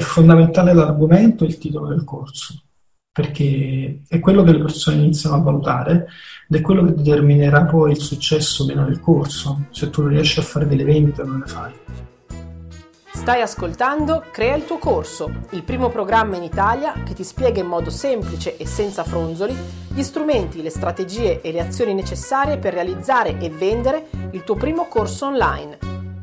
fondamentale l'argomento e il titolo del corso, perché è quello che le persone iniziano a valutare ed è quello che determinerà poi il successo o meno del corso. Se tu riesci a fare delle vendite non le fai. Stai ascoltando Crea il tuo corso, il primo programma in Italia che ti spiega in modo semplice e senza fronzoli gli strumenti, le strategie e le azioni necessarie per realizzare e vendere il tuo primo corso online.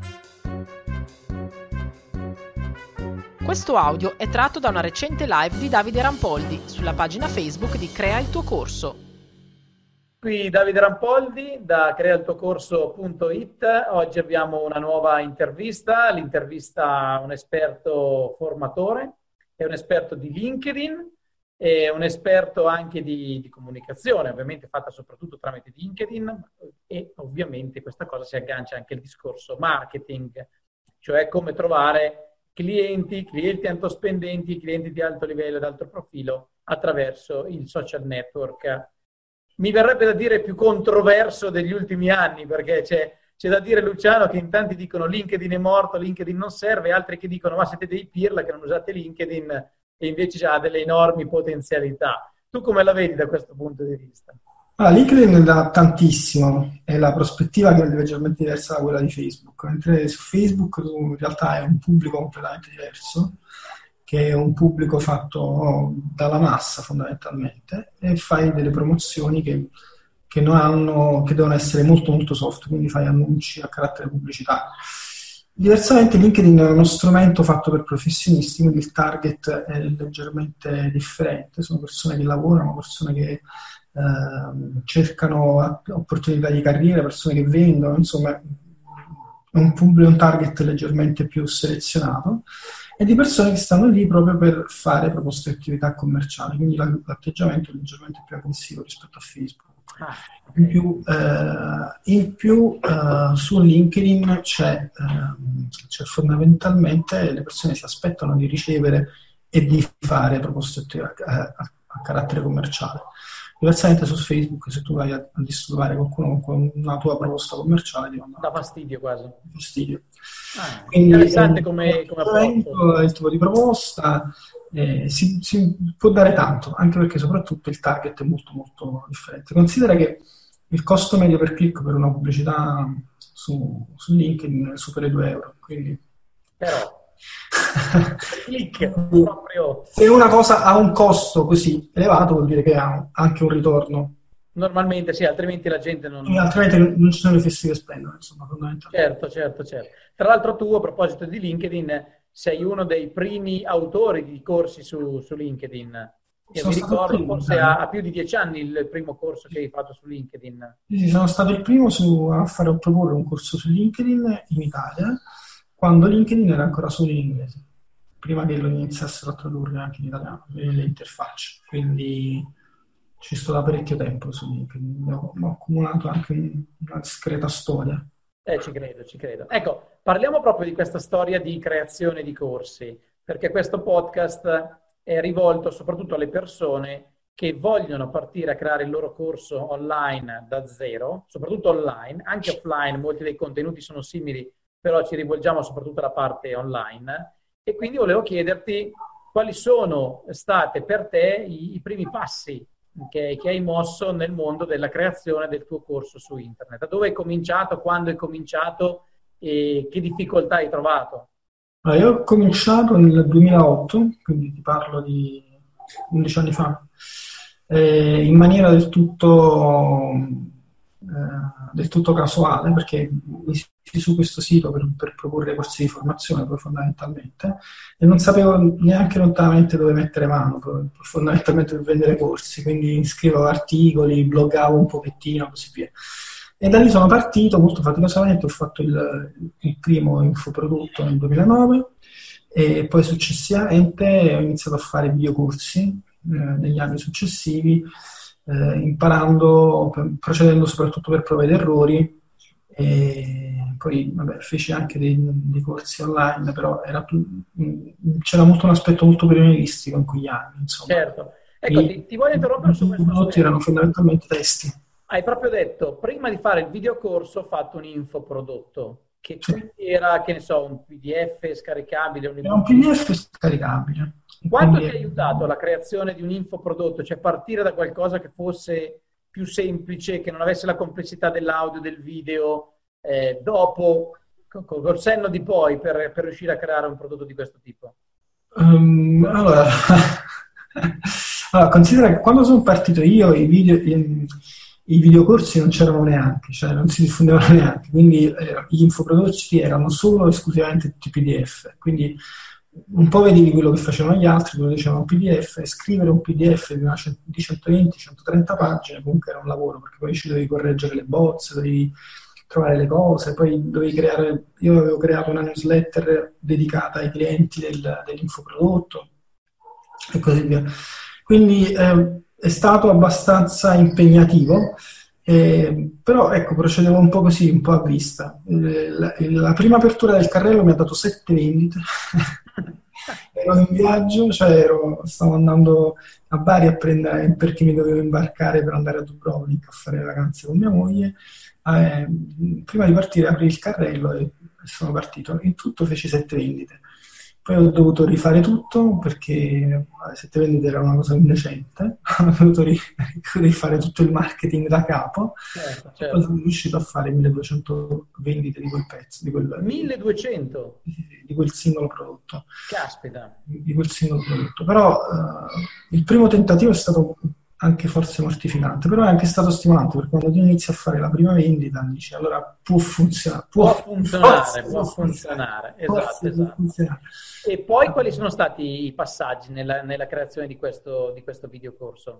Questo audio è tratto da una recente live di Davide Rampoldi sulla pagina Facebook di Crea il tuo corso. Qui Davide Rampoldi da crealtuocorso.it. Oggi abbiamo una nuova intervista, l'intervista a un esperto formatore, è un esperto di LinkedIn e un esperto anche di comunicazione, ovviamente fatta soprattutto tramite LinkedIn, e ovviamente questa cosa si aggancia anche al discorso marketing, cioè come trovare clienti alto spendenti, clienti di alto livello, di alto profilo attraverso il social network. Mi verrebbe da dire più controverso degli ultimi anni, perché c'è da dire, Luciano, che in tanti dicono LinkedIn è morto, LinkedIn non serve, altri che dicono ma siete dei pirla che non usate LinkedIn e invece ha delle enormi potenzialità. Tu come la vedi da questo punto di vista? LinkedIn dà tantissimo, è la prospettiva che è leggermente diversa da quella di Facebook, mentre su Facebook tu in realtà hai un pubblico completamente diverso, che è un pubblico fatto dalla massa fondamentalmente, e fai delle promozioni che devono essere molto molto soft, quindi fai annunci a carattere pubblicitario. Diversamente LinkedIn è uno strumento fatto per professionisti, quindi il target è leggermente differente, sono persone che lavorano, persone che cercano opportunità di carriera, persone che vendono, insomma è un target leggermente più selezionato, e di persone che stanno lì proprio per fare proposte di attività commerciali, quindi l'atteggiamento è leggermente più aggressivo rispetto a Facebook. In più su LinkedIn c'è fondamentalmente le persone si aspettano di ricevere e di fare proposte di attività a carattere commerciale. Diversamente su Facebook, se tu vai a disturbare qualcuno con una tua proposta commerciale, ti dà fastidio quasi. Fastidio. Quindi, interessante come approccio. Il tipo di proposta si può dare tanto, anche perché soprattutto il target è molto molto differente. Considera che il costo medio per click per una pubblicità su LinkedIn supera i 2 euro. Quindi... Però click proprio. Se una cosa ha un costo così elevato vuol dire che ha anche un ritorno. Normalmente sì, altrimenti la gente non... Altrimenti non ci sono i fessi che spendono, insomma, fondamentalmente. Certo. Tra l'altro tu, a proposito di LinkedIn, sei uno dei primi autori di corsi su LinkedIn. Io mi ricordo, forse ha più di 10 anni il primo corso che hai fatto su LinkedIn. Sì, sono stato il primo a proporre un corso su LinkedIn in Italia, quando LinkedIn era ancora solo in inglese, prima che lo iniziassero a tradurre anche in italiano, le interfacce. Quindi ci sto da parecchio tempo su LinkedIn, ho accumulato anche una discreta storia. Ci credo. Ecco, parliamo proprio di questa storia di creazione di corsi, perché questo podcast è rivolto soprattutto alle persone che vogliono partire a creare il loro corso online da zero, soprattutto online, anche offline, molti dei contenuti sono simili, però ci rivolgiamo soprattutto alla parte online, e quindi volevo chiederti quali sono state per te i primi passi che hai mosso nel mondo della creazione del tuo corso su internet. Da dove hai cominciato, quando hai cominciato e che difficoltà hai trovato? Allora, io ho cominciato nel 2008, quindi ti parlo di 11 anni fa, in maniera del tutto casuale, perché mi iscrisi su questo sito per proporre corsi di formazione, poi fondamentalmente, e non sapevo neanche lontanamente dove mettere mano, fondamentalmente per vendere corsi, quindi scrivevo articoli, bloggavo un pochettino, così via. E da lì sono partito molto faticosamente, ho fatto il primo infoprodotto nel 2009 e poi successivamente ho iniziato a fare videocorsi negli anni successivi, imparando, procedendo soprattutto per prove ed errori, e poi feci anche dei corsi online, però c'era molto un aspetto molto pionieristico in quegli anni, insomma. Certo. Ecco, ti voglio interrompere su questo. I prodotti erano fondamentalmente testi. Hai proprio detto, prima di fare il videocorso ho fatto un infoprodotto. che quindi era, che ne so, un PDF scaricabile? Era un PDF scaricabile. Quanto ti ha aiutato la creazione di un infoprodotto? Cioè partire da qualcosa che fosse più semplice, che non avesse la complessità dell'audio, del video, dopo, col senno di poi, per riuscire a creare un prodotto di questo tipo? Allora, considera che quando sono partito io i videocorsi non c'erano neanche, cioè non si diffondevano neanche, quindi gli infoprodotti erano solo esclusivamente tutti PDF, quindi un po' vedevi quello che facevano gli altri, dove dicevano PDF, scrivere un PDF di 120-130 pagine comunque era un lavoro, perché poi ci dovevi correggere le bozze, dovevi trovare le cose, poi dovevi creare, io avevo creato una newsletter dedicata ai clienti dell'infoprodotto e così via. Quindi è stato abbastanza impegnativo, però ecco, procedevo un po' così, un po' a vista. La prima apertura del carrello mi ha dato 7 vendite. Ero in viaggio, stavo andando a Bari a prendere, perché mi dovevo imbarcare per andare a Dubrovnik a fare le vacanze con mia moglie. Prima di partire apri il carrello e sono partito. In tutto feci 7 vendite. Poi ho dovuto rifare tutto perché 7 vendite era una cosa indecente. Ho dovuto rifare tutto il marketing da capo. Certo. Poi sono riuscito a fare 1200 vendite di quel pezzo. 1200? Di quel singolo prodotto. Caspita. Di quel singolo prodotto. Però il primo tentativo è stato anche forse mortificante, però è anche stato stimolante, perché quando tu inizi a fare la prima vendita dici allora può funzionare. Può funzionare. Esatto. E poi quali sono stati i passaggi nella creazione di questo videocorso?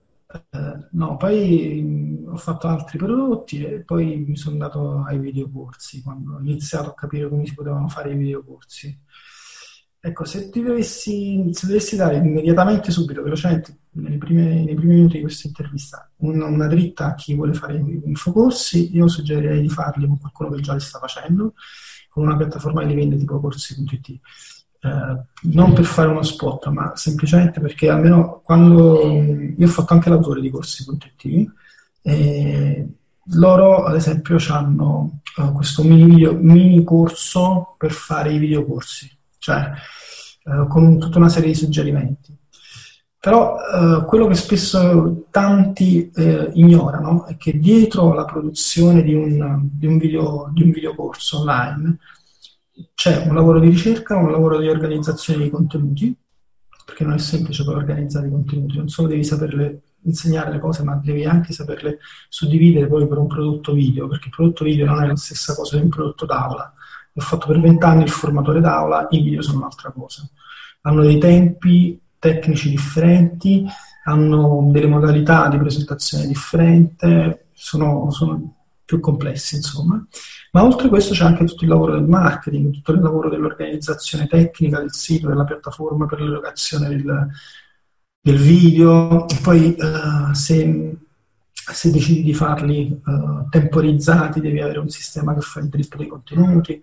No, poi ho fatto altri prodotti e poi mi sono andato ai videocorsi, quando ho iniziato a capire come si potevano fare i videocorsi. Ecco, se dovessi dare immediatamente, subito, velocemente, nei primi minuti di questa intervista, una dritta a chi vuole fare infocorsi, io suggerirei di farli con qualcuno che già li sta facendo, con una piattaforma che li vende tipo corsi.it. Non per fare uno spot, ma semplicemente perché almeno quando io ho fatto anche l'autore di corsi.it, loro ad esempio hanno questo mini corso per fare i videocorsi, cioè con tutta una serie di suggerimenti. Però quello che spesso tanti ignorano è che dietro la produzione di un videocorso online c'è un lavoro di ricerca, un lavoro di organizzazione dei contenuti, perché non è semplice poi organizzare i contenuti, non solo devi saperle insegnare le cose, ma devi anche saperle suddividere poi per un prodotto video, perché il prodotto video non è la stessa cosa di un prodotto d'aula. Ho fatto per 20 anni il formatore d'aula, i video sono un'altra cosa. Hanno dei tempi tecnici differenti, hanno delle modalità di presentazione differenti, sono più complessi, insomma. Ma oltre a questo c'è anche tutto il lavoro del marketing, tutto il lavoro dell'organizzazione tecnica del sito, della piattaforma per l'erogazione del video. E poi se decidi di farli temporizzati, devi avere un sistema che fa il drip dei contenuti.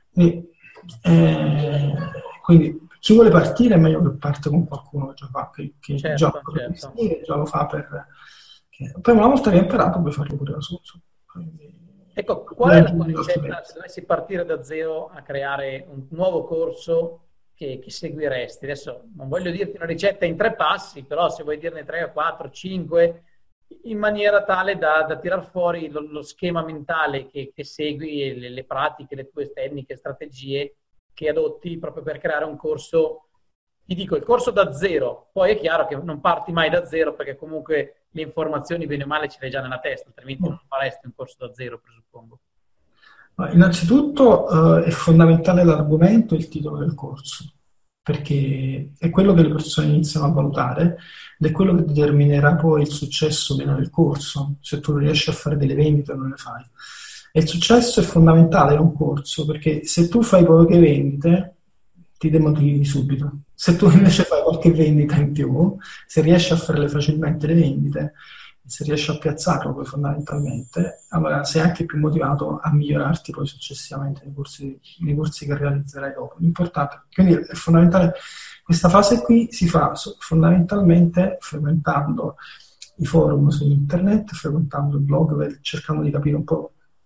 Quindi chi vuole partire è meglio che parte con qualcuno che già fa, che certo. Già lo fa poi una volta che hai imparato puoi farlo pure da solo. Ecco, qual è la tua ricetta se dovessi partire da zero a creare un nuovo corso che seguiresti? Adesso non voglio dirti una ricetta in 3 passi, però se vuoi dirne 3, 4, 5, in maniera tale da tirar fuori lo schema mentale che segui, le pratiche, le tue tecniche, strategie che adotti proprio per creare un corso. Ti dico, il corso da zero, poi è chiaro che non parti mai da zero perché comunque le informazioni bene o male ce le hai già nella testa, altrimenti non faresti un corso da zero, presuppongo. Innanzitutto è fondamentale l'argomento e il titolo del corso, perché è quello che le persone iniziano a valutare ed è quello che determinerà poi il successo o meno del corso, se tu riesci a fare delle vendite o non le fai. E il successo è fondamentale in un corso, perché se tu fai poche vendite ti demotivi subito. Se tu invece fai qualche vendita in più, se riesci a farle facilmente le vendite, se riesci a piazzarlo poi fondamentalmente, allora sei anche più motivato a migliorarti poi successivamente nei corsi che realizzerai dopo. L'importante, quindi è fondamentale, questa fase qui si fa fondamentalmente frequentando i forum su internet, frequentando il blog, cercando di capire un po'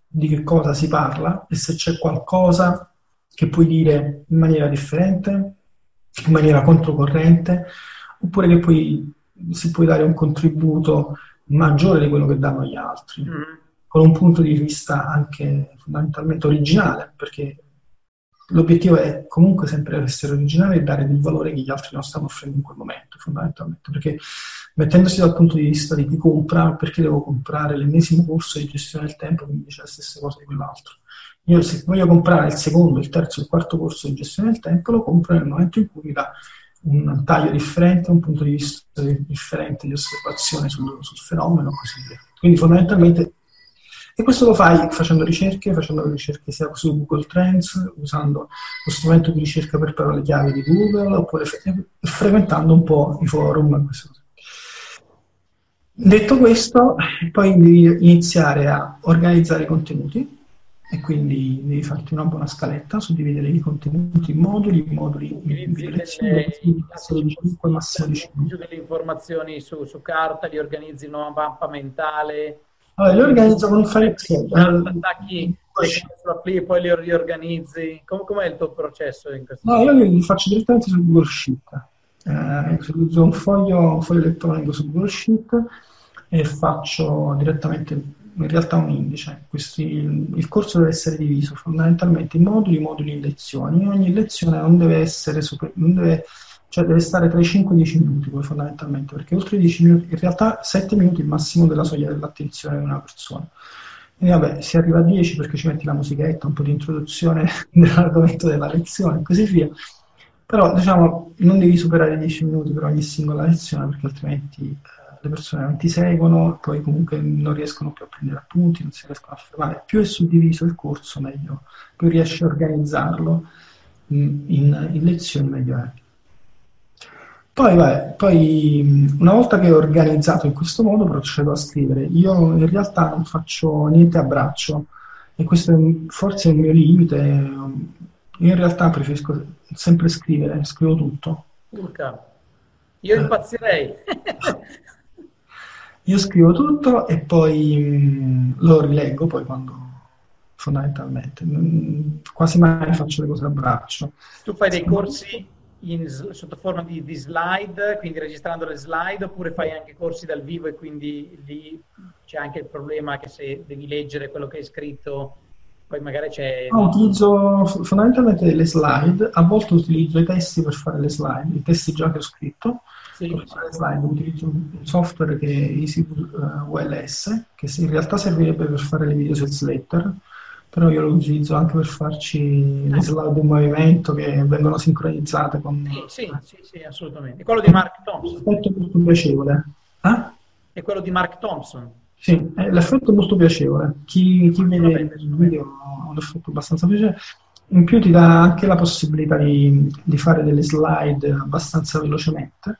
di che cosa si parla e se c'è qualcosa che puoi dire in maniera differente, in maniera controcorrente, oppure che poi si puoi dare un contributo maggiore di quello che danno gli altri, con un punto di vista anche fondamentalmente originale, perché l'obiettivo è comunque sempre essere originale e dare del valore che gli altri non stanno offrendo in quel momento, fondamentalmente, perché mettendosi dal punto di vista di chi compra, perché devo comprare l'ennesimo corso di gestione del tempo che mi dice le stesse cose di quell'altro? Io se voglio comprare il secondo, il terzo, il quarto corso di gestione del tempo, lo compro nel momento in cui mi dà un taglio differente, un punto di vista differente di osservazione sul fenomeno e così via. Quindi fondamentalmente, e questo lo fai facendo ricerche sia su Google Trends, usando lo strumento di ricerca per parole chiave di Google, oppure frequentando un po' i forum. Detto questo, poi devi iniziare a organizzare i contenuti, e quindi devi farti una buona scaletta, suddividere i contenuti in moduli, Utilizzi delle informazioni su carta, li organizzi in una mappa mentale. Allora, li organizzo con un file Excel. Attacchi sulla e poi li riorganizzi. Com'è il tuo processo in questo caso? No, io li faccio direttamente su Google Sheet. Utilizzo un foglio elettronico su Google Sheet e faccio direttamente, in realtà, un indice. Il corso deve essere diviso fondamentalmente in moduli in lezioni. Ogni lezione non deve essere cioè deve stare tra i 5 e i 10 minuti poi fondamentalmente, perché oltre i 10 minuti, in realtà 7 minuti è il massimo della soglia dell'attenzione di una persona. E vabbè, si arriva a 10 perché ci metti la musichetta, un po' di introduzione dell'argomento della lezione e così via. Però diciamo non devi superare i 10 minuti per ogni singola lezione, perché altrimenti le persone non ti seguono, poi comunque non riescono più a prendere appunti, non si riescono a fermare. Più è suddiviso il corso, meglio. Più riesci a organizzarlo in lezioni, meglio è. Poi una volta che ho organizzato in questo modo procedo a scrivere. Io in realtà non faccio niente a braccio e questo forse è il mio limite. Io in realtà preferisco sempre scrivere, scrivo tutto. Urca. Io impazzirei. Io scrivo tutto e poi lo rileggo poi quando fondamentalmente. Quasi mai faccio le cose a braccio. Tu fai dei corsi sotto forma di slide, quindi registrando le slide, oppure fai anche corsi dal vivo e quindi lì c'è anche il problema che se devi leggere quello che hai scritto, poi magari c'è... No, utilizzo fondamentalmente delle slide, a volte utilizzo i testi per fare le slide, i testi già che ho scritto. Sì. Per fare le slide utilizzo un software che è EasyWLS, che in realtà servirebbe per fare le video sales letter, però io lo utilizzo anche per farci le slide in movimento che vengono sincronizzate con... Sì, assolutamente. È quello di Mark Thompson. L'effetto è molto piacevole. È quello di Mark Thompson. Sì, l'effetto è molto piacevole. Chi vede il video ha un effetto abbastanza piacevole. In più ti dà anche la possibilità di fare delle slide abbastanza velocemente.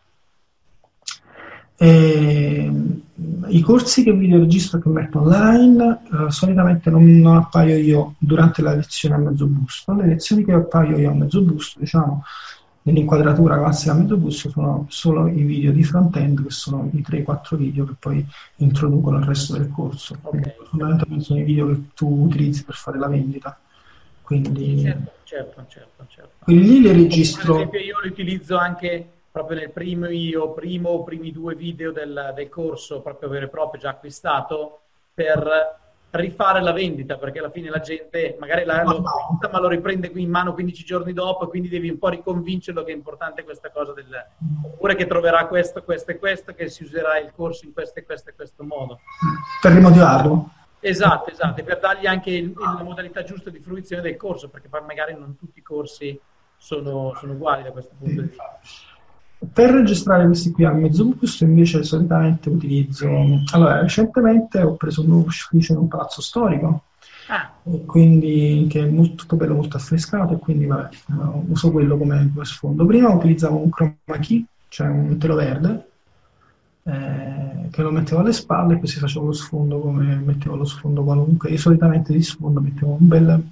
I corsi che video registro e che metto online solitamente non appaio io durante la lezione a mezzo busto. Le lezioni che appaio io a mezzo busto, diciamo nell'inquadratura classica a mezzo busto, sono solo i video di front-end, che sono i 3-4 video che poi introducono il resto del corso. Okay. Fondamentalmente sono i video che tu utilizzi per fare la vendita. Quindi, certo. Quindi lì li registro. Per esempio io li utilizzo anche proprio nel primi 2 video del corso, proprio vero e proprio, già acquistato, per rifare la vendita, perché alla fine la gente magari lo acquista, ma lo riprende qui in mano 15 giorni dopo, e quindi devi un po' riconvincerlo che è importante questa cosa oppure che troverà questo, che si userà il corso in questo modo. Per rimotivarlo. Esatto, e per dargli anche la modalità giusta di fruizione del corso, perché poi magari non tutti i corsi sono uguali da questo punto di vista. Per registrare questi qui a mezzo busto invece solitamente utilizzo... Allora, recentemente ho preso un nuovo ufficio in un palazzo storico, quindi, che è molto bello, molto affrescato, e quindi uso quello come sfondo. Prima utilizzavo un chroma key, cioè un telo verde, che lo mettevo alle spalle, e così facevo lo sfondo come mettevo lo sfondo qualunque. Io solitamente di sfondo mettevo un bel...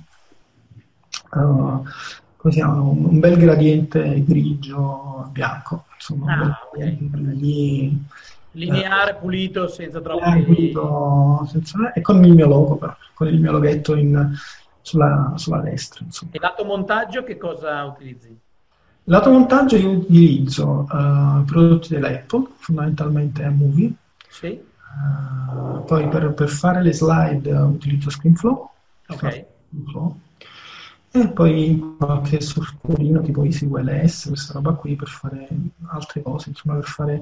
come si chiama? Un bel gradiente grigio bianco, insomma, okay. Gli Lineare, pulito, senza troppi... pulito, e con il mio logo, però, con il mio loghetto sulla destra. Insomma. E lato montaggio che cosa utilizzi? Lato montaggio io utilizzo prodotti dell'Apple, fondamentalmente iMovie. Sì. Poi per fare le slide utilizzo ScreenFlow. Ok. E poi qualche softwareino tipo EasyWLS, questa roba qui per fare altre cose, insomma per fare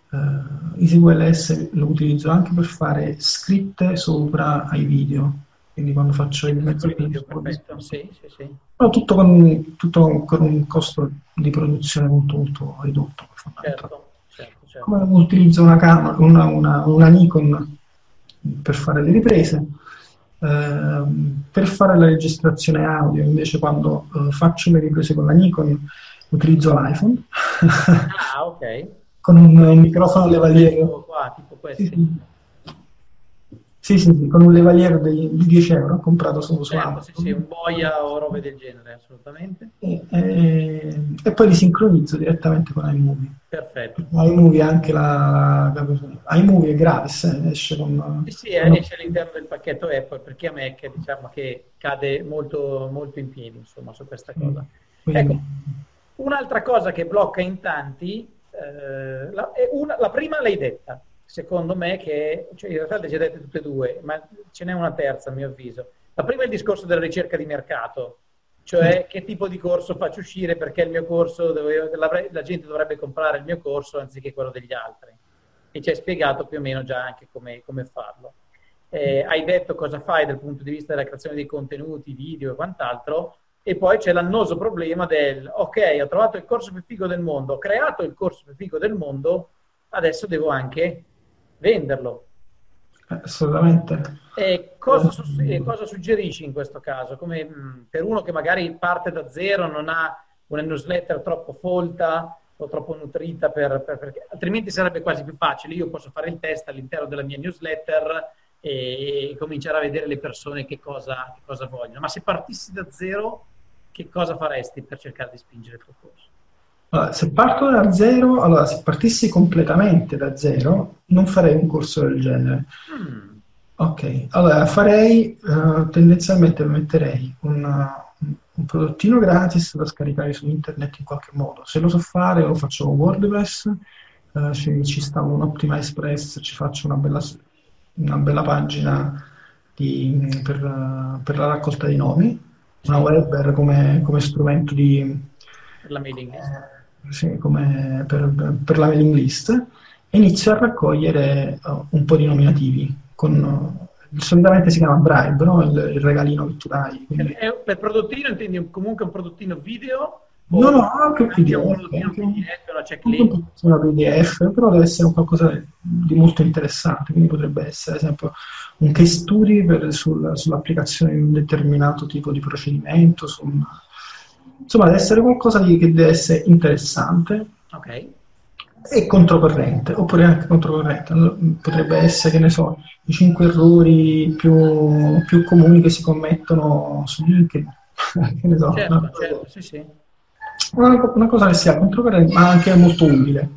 EasyWLS lo utilizzo anche per fare scritte sopra ai video, quindi quando faccio il mezzo video, perfetto, sì. No, tutto con un costo di produzione molto molto ridotto. Certo. Come utilizzo una Nikon per fare le riprese, per fare la registrazione audio invece quando faccio le riprese con la Nikon utilizzo l'iPhone. Ah, ok. Con un microfono lavalier. Qua, tipo questi. Sì, con un lavalier di 10 euro, ho comprato solo su Amazon. Sì, un boia o robe del genere, assolutamente. E poi li sincronizzo direttamente con iMovie. Perfetto. iMovie anche iMovie è gratis, esce con... Sì, esce all'interno del pacchetto Apple, perché a Mac diciamo che cade molto, molto in piedi, insomma, su questa cosa. Quindi... Ecco, un'altra cosa che blocca in tanti, la prima l'hai detta, secondo me, cioè in realtà le hai dette tutte e due, ma ce n'è una terza a mio avviso. La prima è il discorso della ricerca di mercato, cioè che tipo di corso faccio uscire, perché il mio corso, la gente dovrebbe comprare il mio corso anziché quello degli altri. E ci hai spiegato più o meno già anche come farlo. Hai detto cosa fai dal punto di vista della creazione dei contenuti, video e quant'altro, e poi c'è l'annoso problema del ok, ho trovato il corso più figo del mondo, ho creato il corso più figo del mondo, adesso devo anche venderlo. Assolutamente. E cosa suggerisci in questo caso? Come per uno che magari parte da zero, non ha una newsletter troppo folta o troppo nutrita, perché altrimenti sarebbe quasi più facile. Io posso fare il test all'interno della mia newsletter e cominciare a vedere le persone che cosa vogliono. Ma se partissi da zero, che cosa faresti per cercare di spingere il tuo corso? Allora, se parto da zero, se partissi completamente da zero, non farei un corso del genere. Ok, allora farei, tendenzialmente metterei un prodottino gratis da scaricare su internet in qualche modo. Se lo so fare, lo faccio con WordPress, ci sta un OptimizePress, ci faccio una bella pagina per la raccolta di nomi, una Weber come strumento per la mailing list. Sì, come per la mailing list, e inizio a raccogliere un po' di nominativi solitamente si chiama bribe, no? Il regalino che tu dai. Quindi... Per prodottino intendi comunque un prodottino video? No, anche un PDF. Un prodottino PDF, una checklist. Una PDF, però deve essere qualcosa di molto interessante, quindi potrebbe essere, ad esempio, un case study sull'applicazione di un determinato tipo di procedimento, insomma, deve essere qualcosa che deve essere interessante. Ok. E controcorrente, oppure anche controcorrente. Potrebbe essere, che ne so, i 5 errori più comuni che si commettono su LinkedIn. Che ne so, certo, sì. Una cosa che sia controcorrente, ma anche molto utile.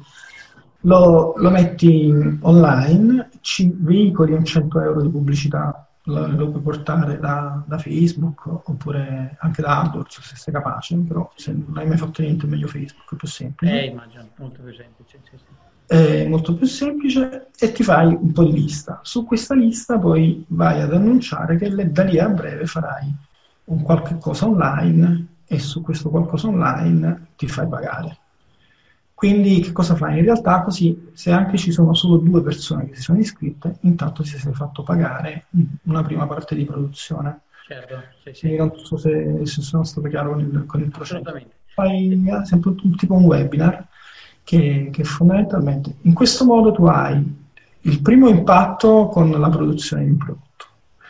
Lo metti online, ci veicoli un 100 euro di pubblicità, lo puoi portare da Facebook oppure anche da AdWords se sei capace, però se non hai mai fatto niente è meglio Facebook, è più semplice. Immagino, molto più semplice. Sì. È molto più semplice, e ti fai un po' di lista. Su questa lista poi vai ad annunciare che da lì a breve farai un qualche cosa online, e su questo qualcosa online ti fai pagare. Quindi che cosa fai? In realtà così, se anche ci sono solo 2 persone che si sono iscritte, intanto ti sei fatto pagare una prima parte di produzione. Certo, sì. Quindi non so se sono stato chiaro con il processo. Assolutamente. Fai ad esempio tipo un webinar che fondamentalmente in questo modo tu hai il primo impatto con la produzione di un prodotto.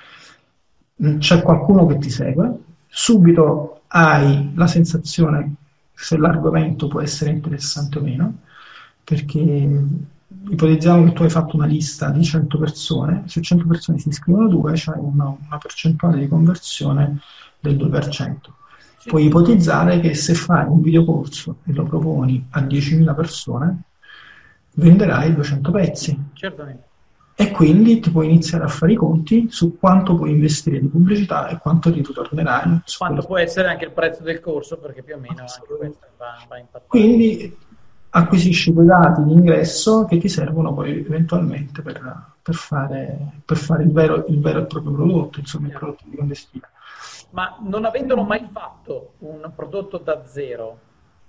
C'è qualcuno che ti segue, subito hai la sensazione se l'argomento può essere interessante o meno, perché ipotizziamo che tu hai fatto una lista di 100 persone, su 100 persone si iscrivono 2, c'hai una percentuale di conversione del 2%. Puoi ipotizzare che se fai un videocorso e lo proponi a 10.000 persone, venderai 200 pezzi. Certamente. E quindi ti puoi iniziare a fare i conti su quanto puoi investire di pubblicità e quanto ti ritornerai. Quanto può essere anche il prezzo del corso, perché più o meno anche questo va a impattare. Quindi acquisisci quei dati di ingresso che ti servono poi eventualmente per fare il vero e proprio prodotto, insomma, il prodotto di investire. Ma non avendolo mai fatto un prodotto da zero,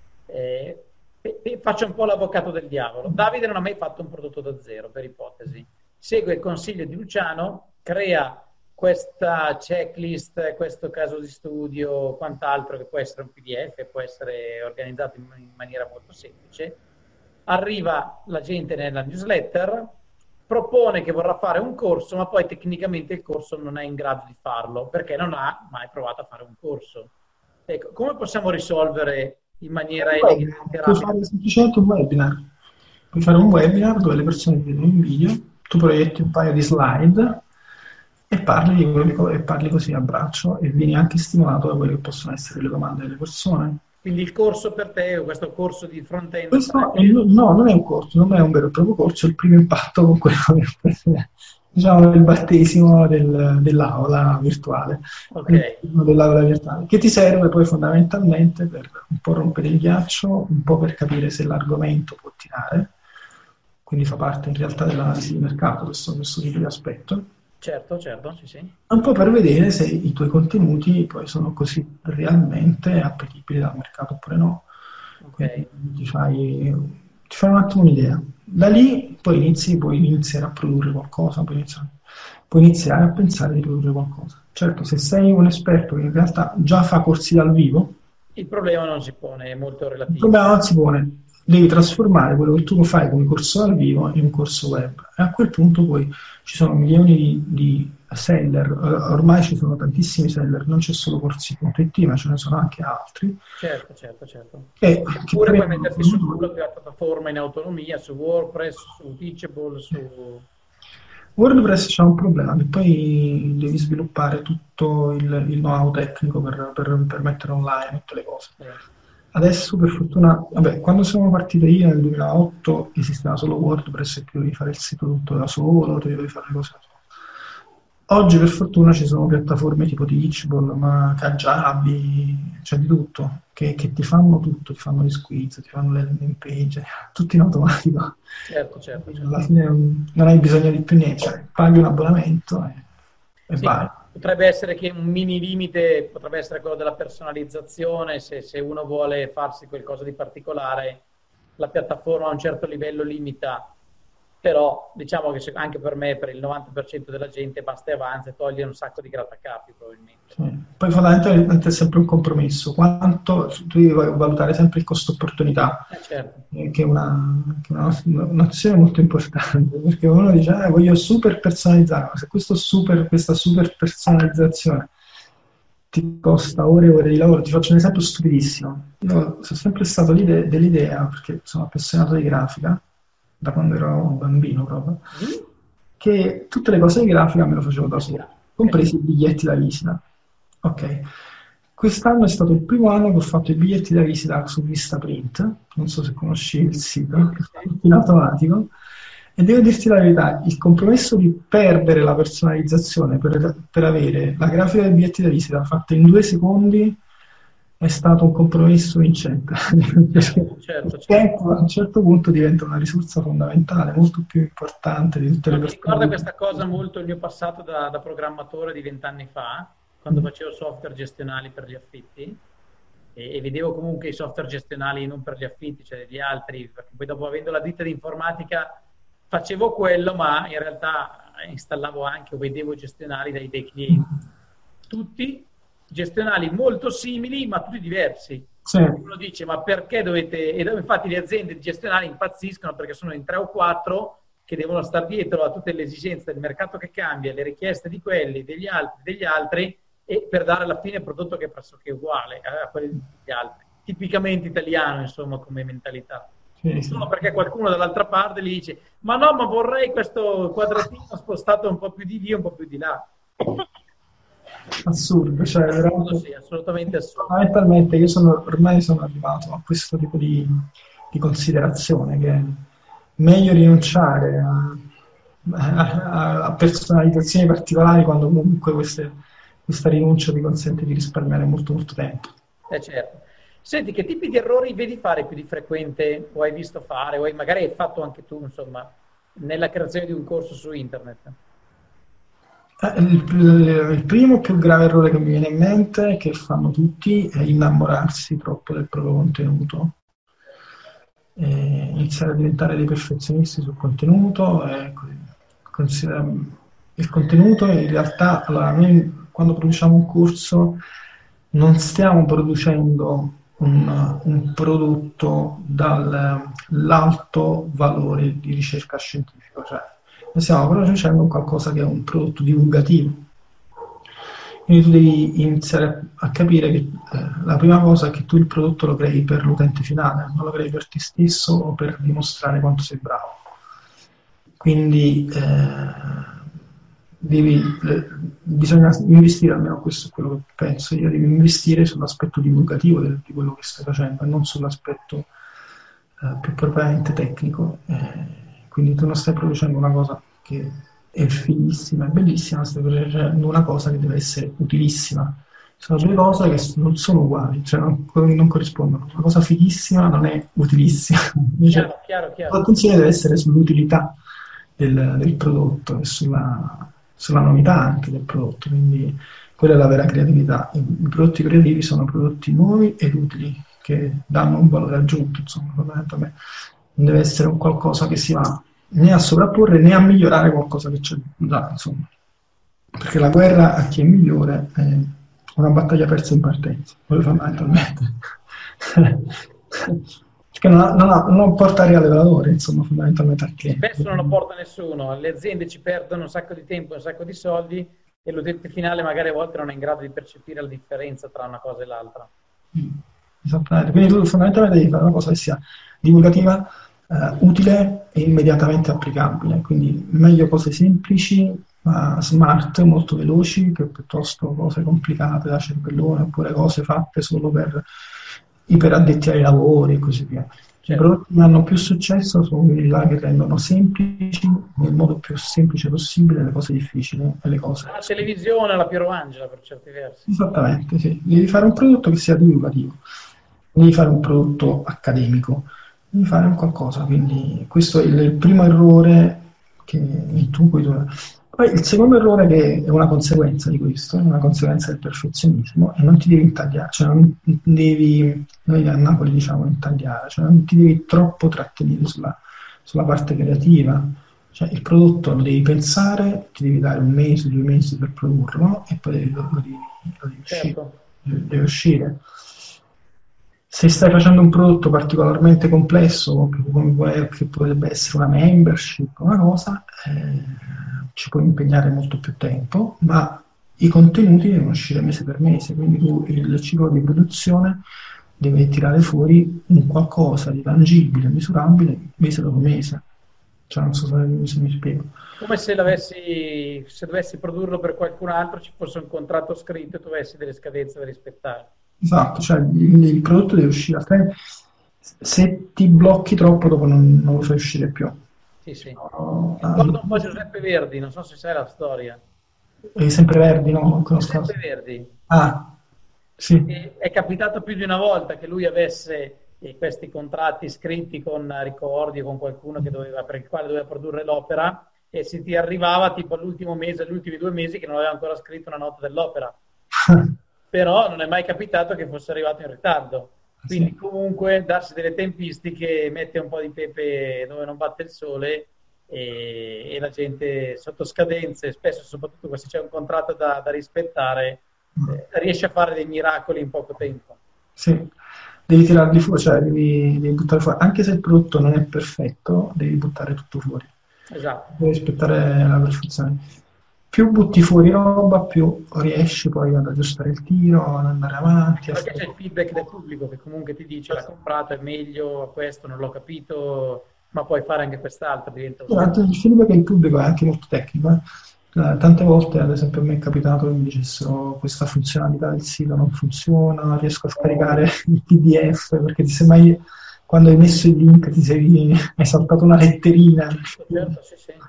faccio un po' l'avvocato del diavolo. Davide non ha mai fatto un prodotto da zero, per ipotesi. Segue il consiglio di Luciano, crea questa checklist, questo caso di studio, quant'altro, che può essere un PDF, può essere organizzato in maniera molto semplice. Arriva la gente nella newsletter, propone che vorrà fare un corso, ma poi tecnicamente il corso non è in grado di farlo, perché non ha mai provato a fare un corso. Ecco, come possiamo risolvere in maniera elegante? Puoi fare semplicemente un webinar. Puoi fare un webinar dove le persone ti vedono in video, tu proietti un paio di slide e parli così a braccio e vieni anche stimolato da quelle che possono essere le domande delle persone. Quindi il corso per te, questo corso di front-end? No, non è un corso, non è un vero e proprio corso, è il primo impatto con quello che diciamo il battesimo dell'aula virtuale, che ti serve poi fondamentalmente per un po' rompere il ghiaccio, un po' per capire se l'argomento può tirare, quindi fa parte in realtà dell'analisi di mercato questo tipo di aspetto. Certo, sì. Un po' per vedere se i tuoi contenuti poi sono così realmente appetibili dal mercato oppure no. Okay. Ti fai un attimo un'idea. Da lì poi puoi iniziare a produrre qualcosa, puoi iniziare a pensare di produrre qualcosa. Certo, se sei un esperto che in realtà già fa corsi dal vivo, il problema non si pone, è molto relativo. Il problema non si pone. Devi trasformare quello che tu fai come corso dal vivo in un corso web. E a quel punto poi ci sono milioni di seller, ormai ci sono tantissimi seller, non c'è solo corsi.it, ma ce ne sono anche altri. Certo. Oppure puoi metterti su la piattaforma in autonomia, su WordPress, su Teachable, su... WordPress c'è un problema, che poi devi sviluppare tutto il know-how tecnico per mettere online tutte le cose. Adesso per fortuna, quando sono partito io nel 2008 esisteva solo WordPress e ti dovevi fare il sito tutto da solo, ti dovevi fare le cose da solo. Oggi per fortuna ci sono piattaforme tipo Teachable, ma Kajabi, c'è di tutto, che ti fanno tutto, ti fanno gli squiz, ti fanno le landing page, tutto in automatico. Certo. Alla fine non hai bisogno di più niente, cioè paghi un abbonamento e sì, vai. Potrebbe essere che un mini limite potrebbe essere quello della personalizzazione, se uno vuole farsi qualcosa di particolare, la piattaforma a un certo livello limita, però diciamo che anche per me, per il 90% della gente, basta e avanza e toglie un sacco di grattacapi probabilmente. Sì. Poi fondamentalmente è sempre un compromesso, tu devi valutare sempre il costo-opportunità, certo. Che è un'azione molto importante, perché uno dice voglio super personalizzare, ma se questa super personalizzazione ti costa ore e ore di lavoro, ti faccio un esempio stupidissimo. Io sono sempre stato dell'idea, perché sono appassionato di grafica, da quando ero un bambino proprio, che tutte le cose di grafica me lo facevo da solo, compresi i biglietti da visita. Ok, quest'anno è stato il primo anno che ho fatto i biglietti da visita su Vistaprint, non so se conosci il sito, in automatico, e devo dirti la verità, il compromesso di perdere la personalizzazione per avere la grafica dei biglietti da visita fatta in 2 secondi è stato un compromesso vincente. Certo. A un certo punto diventa una risorsa fondamentale, molto più importante di tutte le persone. Mi ricorda questa cosa molto il mio passato da programmatore di 20 anni fa, quando facevo software gestionali per gli affitti e vedevo comunque i software gestionali non per gli affitti, cioè degli altri, perché poi dopo, avendo la ditta di informatica, facevo quello, ma in realtà installavo anche o vedevo gestionali dei clienti. Tutti gestionali molto simili, ma tutti diversi. Sì. Uno dice, ma perché dovete... E infatti le aziende gestionali impazziscono perché sono in 3 o 4 che devono stare dietro a tutte le esigenze del mercato che cambia, le richieste di quelli, degli altri, e per dare alla fine il prodotto che è pressoché uguale a quelli degli altri. Tipicamente italiano, insomma, come mentalità. Sì. Solo perché qualcuno dall'altra parte gli dice, ma vorrei questo quadratino spostato un po' più di lì, un po' più di là. Assurdo, cioè veramente, sì, assolutamente assurdo. Fondamentalmente io ormai sono arrivato a questo tipo di considerazione che meglio rinunciare a personalizzazioni particolari quando comunque questa rinuncia ti consente di risparmiare molto molto tempo. Certo. Senti, che tipi di errori vedi fare più di frequente, o hai visto fare, o magari hai fatto anche tu, insomma, nella creazione di un corso su internet? Il primo più grave errore che mi viene in mente, che fanno tutti, è innamorarsi troppo del proprio contenuto, iniziare a diventare dei perfezionisti sul contenuto. Il contenuto in realtà, allora, noi quando produciamo un corso non stiamo producendo un prodotto dall'alto valore di ricerca scientifica, cioè noi stiamo producendo qualcosa che è un prodotto divulgativo. Quindi tu devi iniziare a capire che la prima cosa è che tu il prodotto lo crei per l'utente finale, non lo crei per te stesso o per dimostrare quanto sei bravo. Quindi bisogna investire, almeno questo è quello che penso io, devi investire sull'aspetto divulgativo di quello che stai facendo e non sull'aspetto più propriamente tecnico. Quindi tu non stai producendo una cosa che è fighissima, è bellissima, stai producendo una cosa che deve essere utilissima. Sono due cose che non sono uguali, cioè non corrispondono. Una cosa fighissima non è utilissima. Invece, chiaro. l'attenzione deve essere sull'utilità del prodotto e sulla novità anche del prodotto, quindi quella è la vera creatività. I prodotti creativi sono prodotti nuovi ed utili che danno un valore aggiunto, insomma, fondamentalmente non deve essere un qualcosa che si va né a sovrapporre né a migliorare qualcosa che c'è già, insomma, perché la guerra a chi è migliore è una battaglia persa in partenza, fondamentalmente. Perché non porta reale valore, insomma, fondamentalmente al cliente. Spesso non lo porta nessuno, le aziende ci perdono un sacco di tempo, un sacco di soldi e l'utente finale magari a volte non è in grado di percepire la differenza tra una cosa e l'altra. Esattamente, quindi tu fondamentalmente devi fare una cosa che sia divulgativa, utile e immediatamente applicabile, quindi meglio cose semplici, smart, molto veloci, che piuttosto cose complicate da cervellone, oppure cose fatte solo per iperaddetti ai lavori e così via. I prodotti che hanno più successo sono quelli là che rendono semplici, nel modo più semplice possibile, le cose difficili e le cose. La televisione, la Piero Angela per certi versi. Esattamente, sì. Devi fare un prodotto che sia divulgativo, devi fare un prodotto accademico, devi fare un qualcosa, quindi questo è il primo errore Poi il secondo errore, che è una conseguenza di questo, è una conseguenza del perfezionismo, e non ti devi intagliare, cioè non devi, noi a Napoli diciamo intagliare, cioè non ti devi troppo trattenere sulla parte creativa, cioè il prodotto lo devi pensare, ti devi dare 1 mese, 2 mesi per produrlo e poi lo devi uscire. Se stai facendo un prodotto particolarmente complesso, che potrebbe essere una membership, una cosa, ci puoi impegnare molto più tempo, ma i contenuti devono uscire mese per mese, quindi tu il ciclo di produzione devi tirare fuori un qualcosa di tangibile, misurabile, mese dopo mese. Cioè, non so se mi spiego. Come se dovessi produrlo per qualcun altro, ci fosse un contratto scritto e tu avessi delle scadenze da rispettare. Esatto, cioè il prodotto deve uscire, altrimenti se ti blocchi troppo dopo non lo fai uscire più. Sì. Ricordo un po' Giuseppe Verdi, non so se sai la storia. Sempre Verdi, no? Giuseppe Verdi. Ah, sì. È capitato più di una volta che lui avesse questi contratti scritti con ricordi, con qualcuno per il quale doveva produrre l'opera, e si ti arrivava tipo all'ultimo mese, agli ultimi 2 mesi che non aveva ancora scritto una nota dell'opera. Però non è mai capitato che fosse arrivato in ritardo. Quindi comunque darsi delle tempistiche mette un po' di pepe dove non batte il sole, e la gente sotto scadenze, spesso soprattutto se c'è un contratto da rispettare, riesce a fare dei miracoli in poco tempo. Sì, devi tirarli fuori, cioè devi buttare fuori. Anche se il prodotto non è perfetto, devi buttare tutto fuori. Esatto. Devi rispettare la perfezione. Più butti fuori roba, più riesci poi ad aggiustare il tiro, ad andare avanti. Perché c'è il feedback del pubblico che comunque ti dice: l'ha comprato, è meglio questo, non l'ho capito, ma puoi fare anche quest'altro. Il feedback del pubblico è anche molto tecnico. Tante volte, ad esempio, a me è capitato che mi dicessero: questa funzionalità del sito non funziona, non riesco a scaricare il PDF, perché ti sei mai quando hai messo il link hai saltato una letterina. Certo, sì, sì.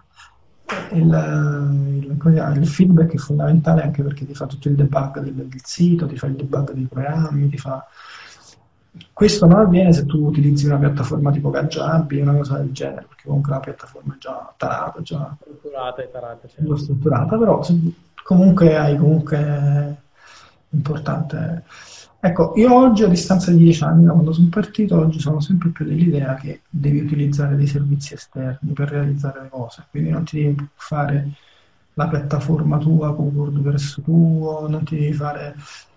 Il feedback è fondamentale anche perché ti fa tutto il debug del sito, ti fa il debug dei programmi, Questo non avviene se tu utilizzi una piattaforma tipo Kajabi, una cosa del genere, perché comunque la piattaforma è già tarata, già strutturata e tarata, certo. strutturata, però comunque è importante. Ecco, io oggi, a distanza di 10 anni da quando sono partito, oggi sono sempre più dell'idea che devi utilizzare dei servizi esterni per realizzare le cose, quindi non ti devi fare la piattaforma tua con WordPress tuo, non ti devi fare...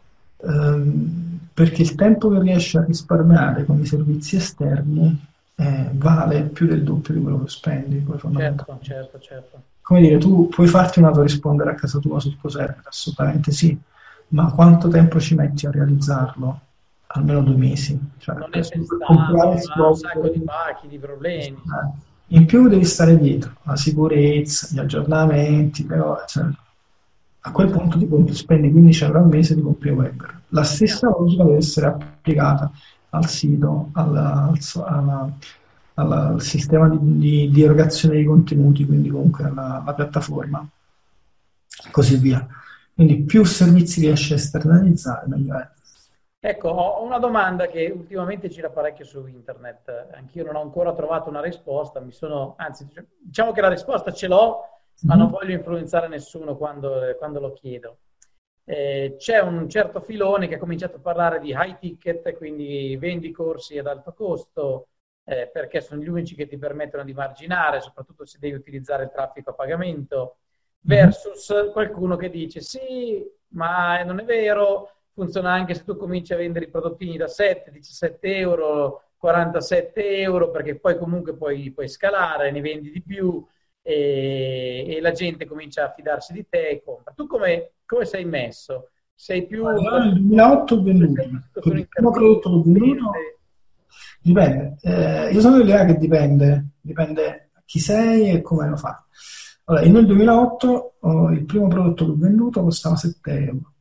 perché il tempo che riesci a risparmiare con i servizi esterni vale più del doppio di quello che spendi. Certo. Come dire, tu puoi farti un autorispondere a casa tua sul tuo server, assolutamente sì, ma quanto tempo ci metti a realizzarlo? Almeno 2 mesi. Cioè, non è testato, ha un sacco di pacchi, di problemi. In più devi stare dietro la sicurezza, gli aggiornamenti, cioè, a quel punto ti spendi 15 euro al mese e ti compri Weber. La stessa logica deve essere applicata al sito, al sistema di erogazione dei contenuti, quindi comunque alla piattaforma, così via. Quindi più servizi riesci a esternalizzare, meglio è. Ecco, ho una domanda che ultimamente gira parecchio su internet. Anch'io non ho ancora trovato una risposta, anzi, diciamo che la risposta ce l'ho, ma non voglio influenzare nessuno quando lo chiedo. C'è un certo filone che ha cominciato a parlare di high ticket, quindi vendi corsi ad alto costo, perché sono gli unici che ti permettono di marginare, soprattutto se devi utilizzare il traffico a pagamento, versus qualcuno che dice sì, ma non è vero, funziona anche se tu cominci a vendere i prodottini da 7, 17 euro, 47 euro, perché poi comunque puoi scalare, ne vendi di più e la gente comincia a fidarsi di te e compra. Tu come sei messo? Sei più... Nel 2008 ho venduto. Il primo prodotto che ho venduto... Dipende. Io sono dell'idea che dipende chi sei e come lo fai. Allora, io nel 2008 il primo prodotto che ho venduto costava 7 euro.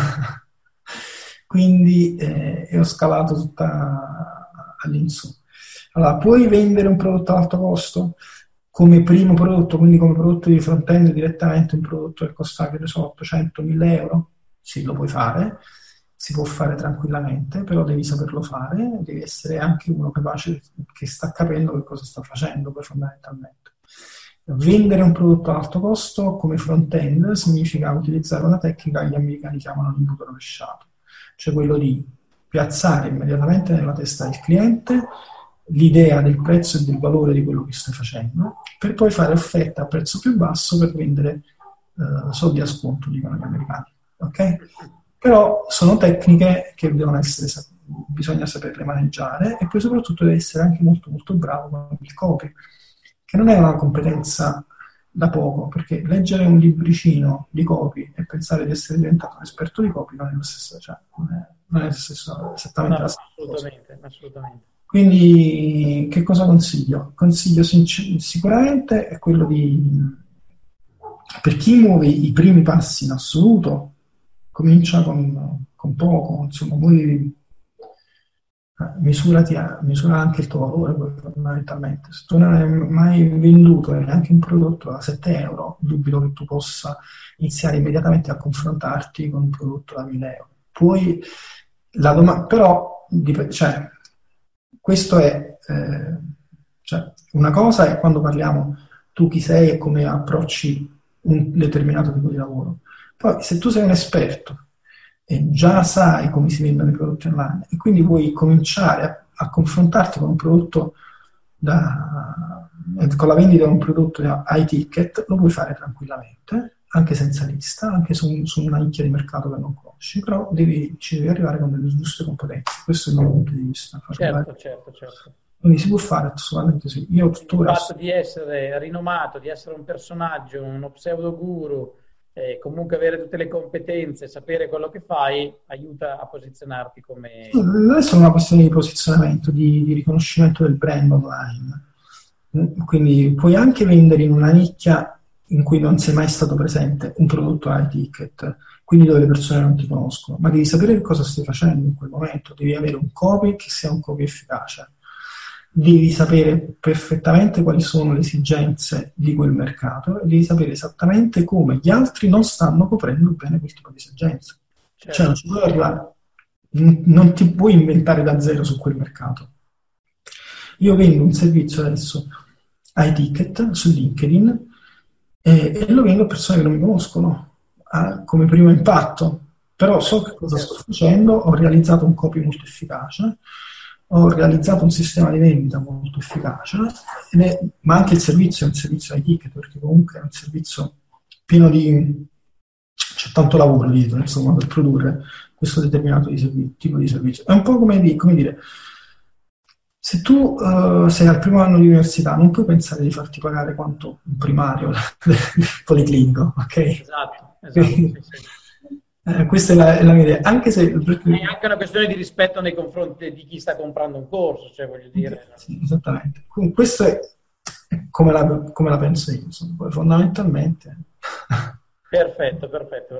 Quindi ho scalato tutta all'insù. Allora, puoi vendere un prodotto ad alto costo? Come primo prodotto, quindi come prodotto di front-end direttamente, un prodotto che costa, che ne so, 800.000 euro? Sì, lo puoi fare, si può fare tranquillamente, però devi saperlo fare, devi essere anche uno capace che sta capendo che cosa sta facendo, poi fondamentalmente. Vendere un prodotto ad alto costo come front-end significa utilizzare una tecnica che gli americani chiamano l'imbuto rovesciato, cioè quello di piazzare immediatamente nella testa del cliente l'idea del prezzo e del valore di quello che stai facendo, per poi fare offerta a prezzo più basso per vendere soldi a sconto, dicono gli americani. Okay? Però sono tecniche che bisogna saperle maneggiare e poi soprattutto devi essere anche molto molto bravo con il copy, che non è una competenza da poco, perché leggere un libricino di copy e pensare di essere diventato un esperto di copy non è lo stesso, cioè non è lo stesso, esattamente la stessa cosa. Assolutamente. Quindi che cosa consiglio? Consiglio sicuramente è quello per chi muove i primi passi in assoluto, comincia con poco, insomma, misura anche il tuo valore fondamentalmente. Se tu non hai mai venduto neanche un prodotto da 7 euro, dubito che tu possa iniziare immediatamente a confrontarti con un prodotto da 1.000 euro. Poi però questo è una cosa è quando parliamo tu chi sei e come approcci un determinato tipo di lavoro. Poi se tu sei un esperto e già sai come si vendono i prodotti online e quindi vuoi cominciare a confrontarti con un prodotto con la vendita di un prodotto high ticket, lo puoi fare tranquillamente, anche senza lista, anche su una nicchia di mercato che non conosci, però ci devi arrivare con delle giuste competenze. Questo è il mio punto di vista. Certo. Quindi si può fare assolutamente sì. Io tuttora... Il fatto di essere rinomato, di essere un personaggio, uno pseudo guru, comunque avere tutte le competenze, sapere quello che fai, aiuta a posizionarti come... Non è solo una questione di posizionamento, di riconoscimento del brand online. Quindi puoi anche vendere in una nicchia in cui non sei mai stato presente un prodotto high ticket, quindi dove le persone non ti conoscono, ma devi sapere che cosa stai facendo in quel momento, devi avere un copy che sia un copy efficace. devi sapere perfettamente quali sono le esigenze di quel mercato e devi sapere esattamente come gli altri non stanno coprendo bene quel tipo di esigenze. Certo. Cioè non ci puoi arrivare, non ti puoi inventare da zero su quel mercato. Io vendo un servizio adesso ai ticket su LinkedIn e lo vendo a persone che non mi conoscono come primo impatto, però so che cosa sto facendo, ho realizzato un copy molto efficace, ho realizzato un sistema di vendita molto efficace, ma anche il servizio è un servizio ai ticket, perché comunque è un servizio pieno di... c'è tanto lavoro dietro, insomma, per produrre questo determinato tipo di servizio. È un po' come dire, se tu sei al primo anno di università, non puoi pensare di farti pagare quanto un primario del policlinico, ok? Esatto. Sì. Questa è la mia idea, anche se... È anche una questione di rispetto nei confronti di chi sta comprando un corso, cioè voglio dire... Sì, esattamente. Quindi questo è come la penso io, insomma, poi fondamentalmente... Perfetto.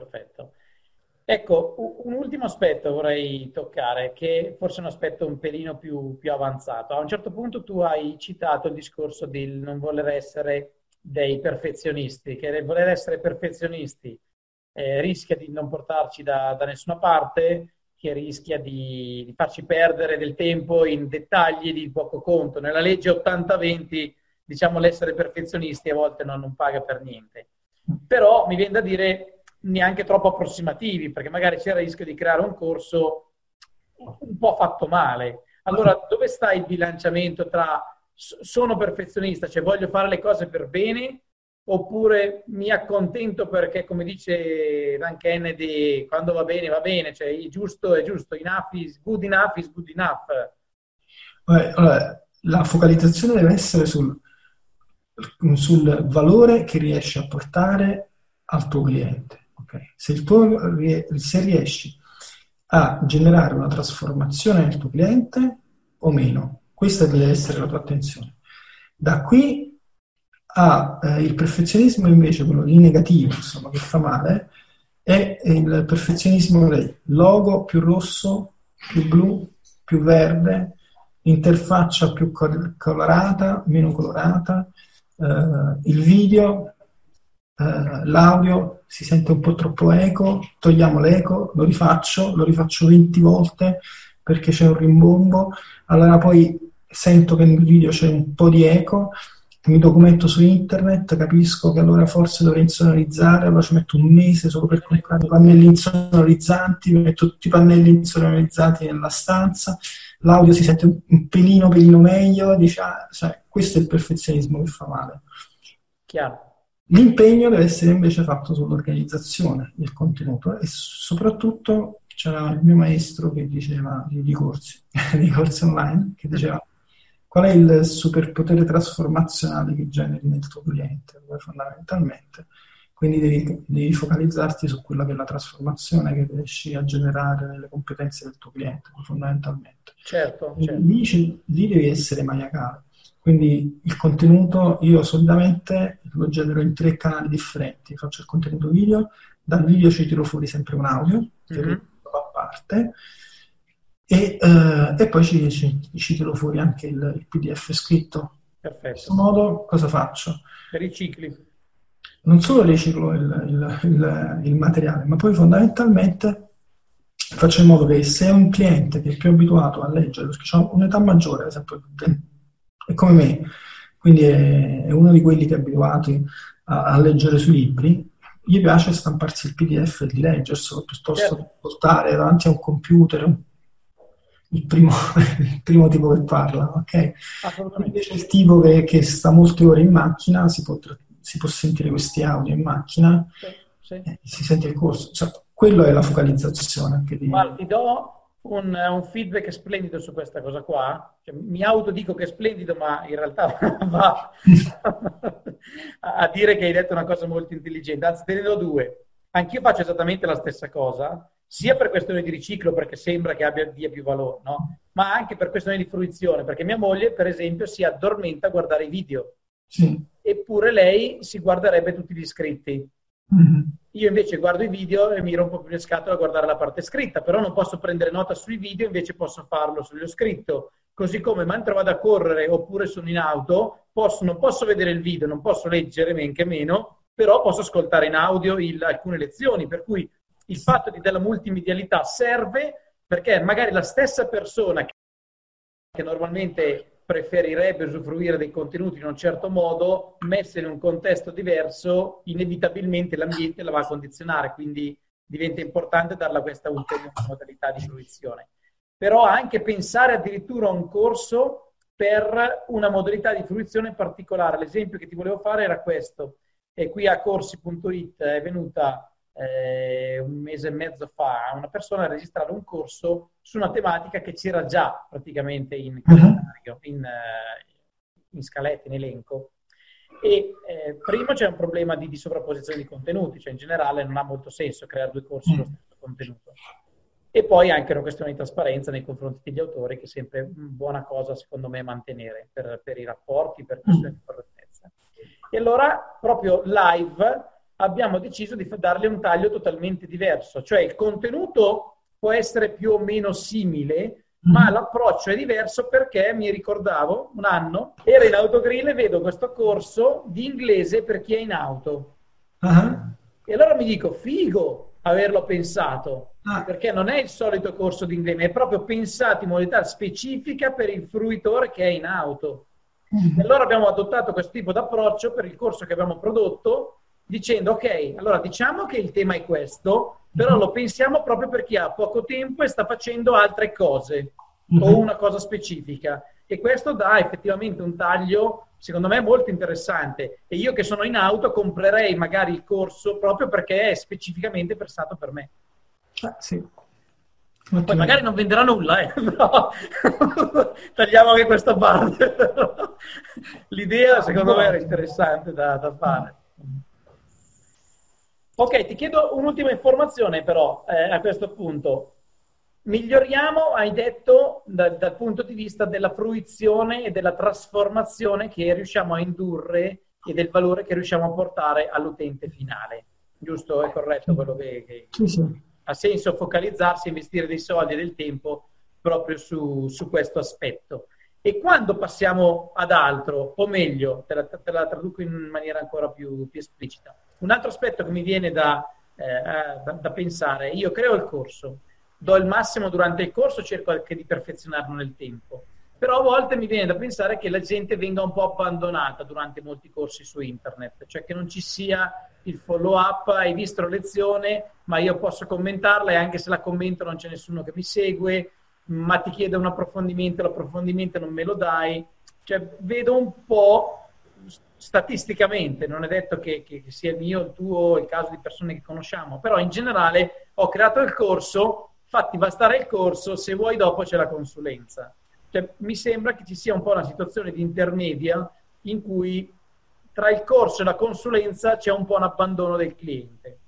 Ecco, un ultimo aspetto vorrei toccare, che forse è un aspetto un pelino più avanzato. A un certo punto tu hai citato il discorso di non voler essere dei perfezionisti, che voler essere perfezionisti rischia di non portarci da nessuna parte, che rischia di farci perdere del tempo in dettagli di poco conto. Nella legge 80-20, diciamo, l'essere perfezionisti a volte non paga per niente. Però mi viene da dire neanche troppo approssimativi, perché magari c'era il rischio di creare un corso un po' fatto male. Allora, dove sta il bilanciamento tra sono perfezionista, cioè voglio fare le cose per bene, oppure mi accontento perché, come dice Dan Kennedy, quando va bene, cioè il giusto è giusto, enough is good enough. Allora, la focalizzazione deve essere sul valore che riesci a portare al tuo cliente. Okay? Se riesci a generare una trasformazione nel tuo cliente o meno, questa deve essere la tua attenzione. Da qui il perfezionismo invece, quello lì negativo, insomma, che fa male, è il perfezionismo del logo più rosso, più blu, più verde, interfaccia più colorata, meno colorata, il video, l'audio si sente un po' troppo eco, togliamo l'eco, lo rifaccio 20 volte perché c'è un rimbombo, allora poi sento che nel video c'è un po' di eco, mi documento su internet, capisco che allora forse dovrei insonorizzare, allora ci metto un mese solo per comprare i pannelli insonorizzanti, mi metto tutti i pannelli insonorizzati nella stanza, l'audio si sente un pelino meglio, cioè, questo è il perfezionismo che fa male. Chiaro. L'impegno deve essere invece fatto sull'organizzazione del contenuto e soprattutto c'era il mio maestro che diceva di corsi online, che diceva: qual è il superpotere trasformazionale che generi nel tuo cliente? Fondamentalmente. Quindi devi focalizzarti su quella che è la trasformazione che riesci a generare nelle competenze del tuo cliente, fondamentalmente. Certo. Lì devi essere maniacale. Quindi il contenuto io solitamente lo genero in 3 canali differenti. Faccio il contenuto video, dal video ci tiro fuori sempre un audio, che a parte, e poi ci tiro fuori anche il PDF scritto. Perfetto. In questo modo cosa faccio? Ricicli. Non solo riciclo il materiale, ma poi fondamentalmente faccio in modo che se è un cliente che è più abituato a leggere, perché ha un'età maggiore, ad esempio, è come me, quindi è uno di quelli che è abituati a leggere sui libri, gli piace stamparsi il PDF e di leggerselo piuttosto che portare davanti a un computer, il primo tipo che parla, ok? Invece il tipo che sta molte ore in macchina si può sentire questi audio in macchina, si sente il corso, cioè, quello è la focalizzazione anche di... Guarda, ti do un feedback splendido su questa cosa qua, cioè, mi autodico che è splendido, ma in realtà va a dire che hai detto una cosa molto intelligente, anzi te ne do 2. Anch'io faccio esattamente la stessa cosa, sia per questione di riciclo, perché sembra che dia più valore, no? Ma anche per questione di fruizione, perché mia moglie, per esempio, si addormenta a guardare i video. Sì. Eppure lei si guarderebbe tutti gli iscritti. Mm-hmm. Io invece guardo i video e mi rompo più le scatole a guardare la parte scritta, però non posso prendere nota sui video, invece posso farlo sullo scritto. così come mentre vado a correre oppure sono in auto, non posso vedere il video, non posso leggere, men che meno, però posso ascoltare in audio alcune lezioni, per cui il fatto della multimedialità serve perché magari la stessa persona che normalmente preferirebbe usufruire dei contenuti in un certo modo, messa in un contesto diverso, inevitabilmente l'ambiente la va a condizionare, quindi diventa importante darle questa ulteriore modalità di fruizione. Però anche pensare addirittura a un corso per una modalità di fruizione particolare. L'esempio che ti volevo fare era questo. E qui a corsi.it è venuta un mese e mezzo fa una persona a registrare un corso su una tematica che c'era già praticamente in calendario, in scaletta, in elenco. E prima c'è un problema di sovrapposizione di contenuti, cioè in generale non ha molto senso creare due corsi sullo stesso contenuto. E poi anche una questione di trasparenza nei confronti degli autori, che è sempre una buona cosa secondo me mantenere per i rapporti, per questioni di correttezza. E allora proprio live abbiamo deciso di darle un taglio totalmente diverso, cioè il contenuto può essere più o meno simile, ma l'approccio è diverso perché mi ricordavo un anno, ero in autogrill e vedo questo corso di inglese per chi è in auto. E allora mi dico, figo averlo pensato, perché non è il solito corso di inglese, è proprio pensato in modalità specifica per il fruitore che è in auto. E allora abbiamo adottato questo tipo di approccio per il corso che abbiamo prodotto, dicendo ok, allora diciamo che il tema è questo, però lo pensiamo proprio per chi ha poco tempo e sta facendo altre cose o una cosa specifica, e questo dà effettivamente un taglio secondo me molto interessante, e io che sono in auto comprerei magari il corso proprio perché è specificamente pensato per me. Sì. Poi magari non venderà nulla, però tagliamo anche questa parte. L'idea secondo me era interessante da fare. Ok, ti chiedo un'ultima informazione però a questo punto. Miglioriamo, hai detto, dal punto di vista della fruizione e della trasformazione che riusciamo a indurre e del valore che riusciamo a portare all'utente finale. Giusto? È corretto quello che Sì. ha senso focalizzarsi, investire dei soldi e del tempo proprio su questo aspetto. E quando passiamo ad altro, o meglio, te la traduco in maniera ancora più esplicita. Un altro aspetto che mi viene da pensare, io creo il corso, do il massimo durante il corso, cerco anche di perfezionarlo nel tempo, però a volte mi viene da pensare che la gente venga un po' abbandonata durante molti corsi su internet, cioè che non ci sia il follow up, hai visto la lezione, ma io posso commentarla e anche se la commento non c'è nessuno che mi segue, ma ti chiedo un approfondimento, l'approfondimento non me lo dai, cioè vedo un po' statisticamente, non è detto che sia il mio, il tuo, il caso di persone che conosciamo, però in generale ho creato il corso, fatti bastare il corso, se vuoi dopo c'è la consulenza. Cioè, mi sembra che ci sia un po' una situazione di intermedia in cui tra il corso e la consulenza c'è un po' un abbandono del cliente.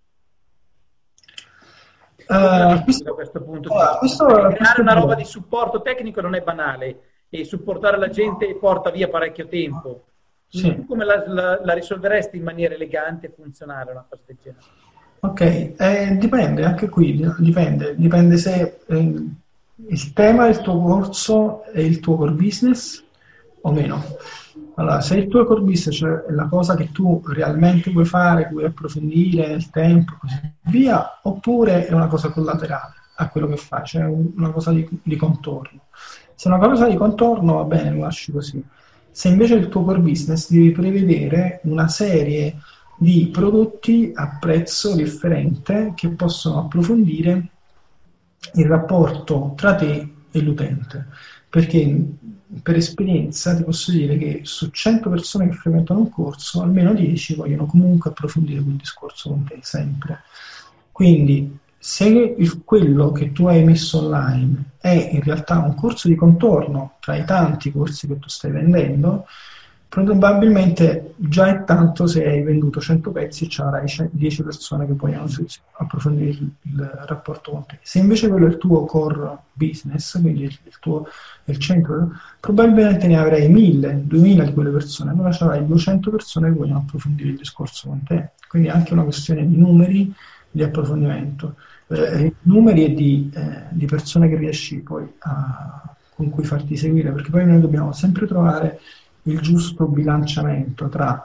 Da questo punto di vista. Creare una roba di supporto tecnico non è banale e supportare la gente porta via parecchio tempo. Sì. Tu come la risolveresti in maniera elegante e funzionale una cosa del genere? Ok, dipende, anche qui dipende se il tema del tuo corso è il tuo core business o meno. Allora, se il tuo core business, cioè la cosa che tu realmente vuoi fare, vuoi approfondire nel tempo e così via, oppure è una cosa collaterale a quello che fai, cioè una cosa di contorno. Se è una cosa di contorno va bene, lo lasci così. Se invece il tuo core business devi prevedere una serie di prodotti a prezzo differente che possono approfondire il rapporto tra te e l'utente, perché per esperienza ti posso dire che su 100 persone che frequentano un corso almeno 10 vogliono comunque approfondire quel discorso con te, sempre. Quindi se quello che tu hai messo online è in realtà un corso di contorno tra i tanti corsi che tu stai vendendo, probabilmente già è tanto se hai venduto 100 pezzi e ci avrai 10 persone che vogliono approfondire il rapporto con te. Se invece quello è il tuo core business, quindi il centro, probabilmente ne avrai 1000, 2000 di quelle persone, allora ci avrai 200 persone che vogliono approfondire il discorso con te. Quindi è anche una questione di numeri di approfondimento, numeri e di persone che riesci poi a con cui farti seguire, perché poi noi dobbiamo sempre trovare il giusto bilanciamento tra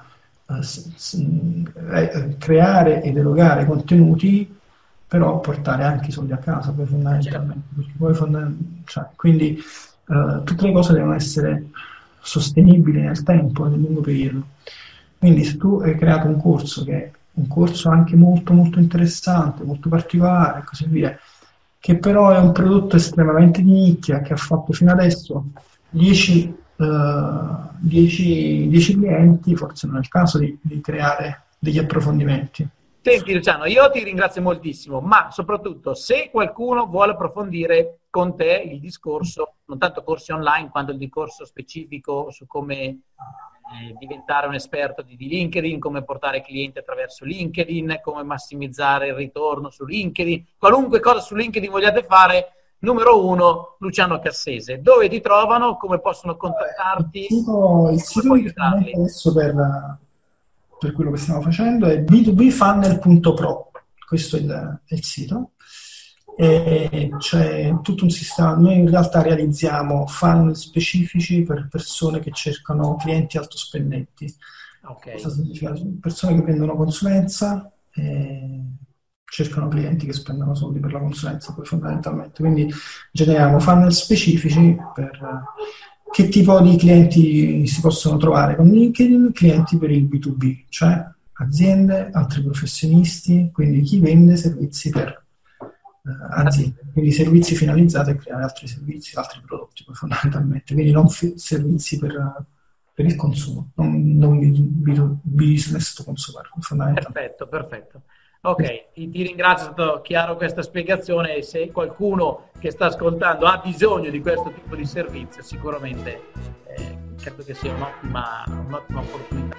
creare ed erogare contenuti, però portare anche i soldi a casa, poi fondamentalmente. Quindi tutte le cose devono essere sostenibili nel tempo e nel lungo periodo. Quindi se tu hai creato un corso che è un corso anche molto molto interessante, molto particolare e così via, che però è un prodotto estremamente di nicchia, che ha fatto fino adesso 10 clienti, forse non è il caso di creare degli approfondimenti. Senti Luciano, io ti ringrazio moltissimo, ma soprattutto se qualcuno vuole approfondire con te il discorso, non tanto corsi online quanto il discorso specifico su come diventare un esperto di LinkedIn, come portare clienti attraverso LinkedIn, come massimizzare il ritorno su LinkedIn, qualunque cosa su LinkedIn vogliate fare, numero 1, Luciano Cassese. Dove ti trovano? Come possono contattarti? Il sito che adesso per quello che stiamo facendo è b2bfunnel.pro, questo è il sito, e c'è tutto un sistema. Noi in realtà realizziamo funnel specifici per persone che cercano clienti altospendenti. Cosa significa? Persone che vendono consulenza e cercano clienti che spendono soldi per la consulenza, poi fondamentalmente. Quindi generiamo funnel specifici per che tipo di clienti si possono trovare con LinkedIn, clienti per il B2B, cioè aziende, altri professionisti, quindi chi vende servizi per aziende, quindi servizi finalizzati a creare altri servizi, altri prodotti, poi fondamentalmente, quindi non servizi per il consumo, non business to consumer, fondamentalmente. Perfetto. Ok, ti ringrazio, è stato chiaro questa spiegazione, e se qualcuno che sta ascoltando ha bisogno di questo tipo di servizio, sicuramente credo che sia un'ottima opportunità.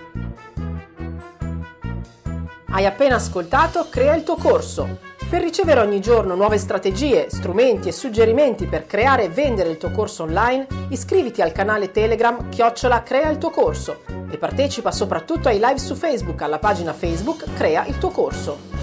Hai appena ascoltato Crea il tuo corso. Per ricevere ogni giorno nuove strategie, strumenti e suggerimenti per creare e vendere il tuo corso online, iscriviti al canale Telegram @Crea il tuo corso e partecipa soprattutto ai live su Facebook alla pagina Facebook Crea il tuo corso.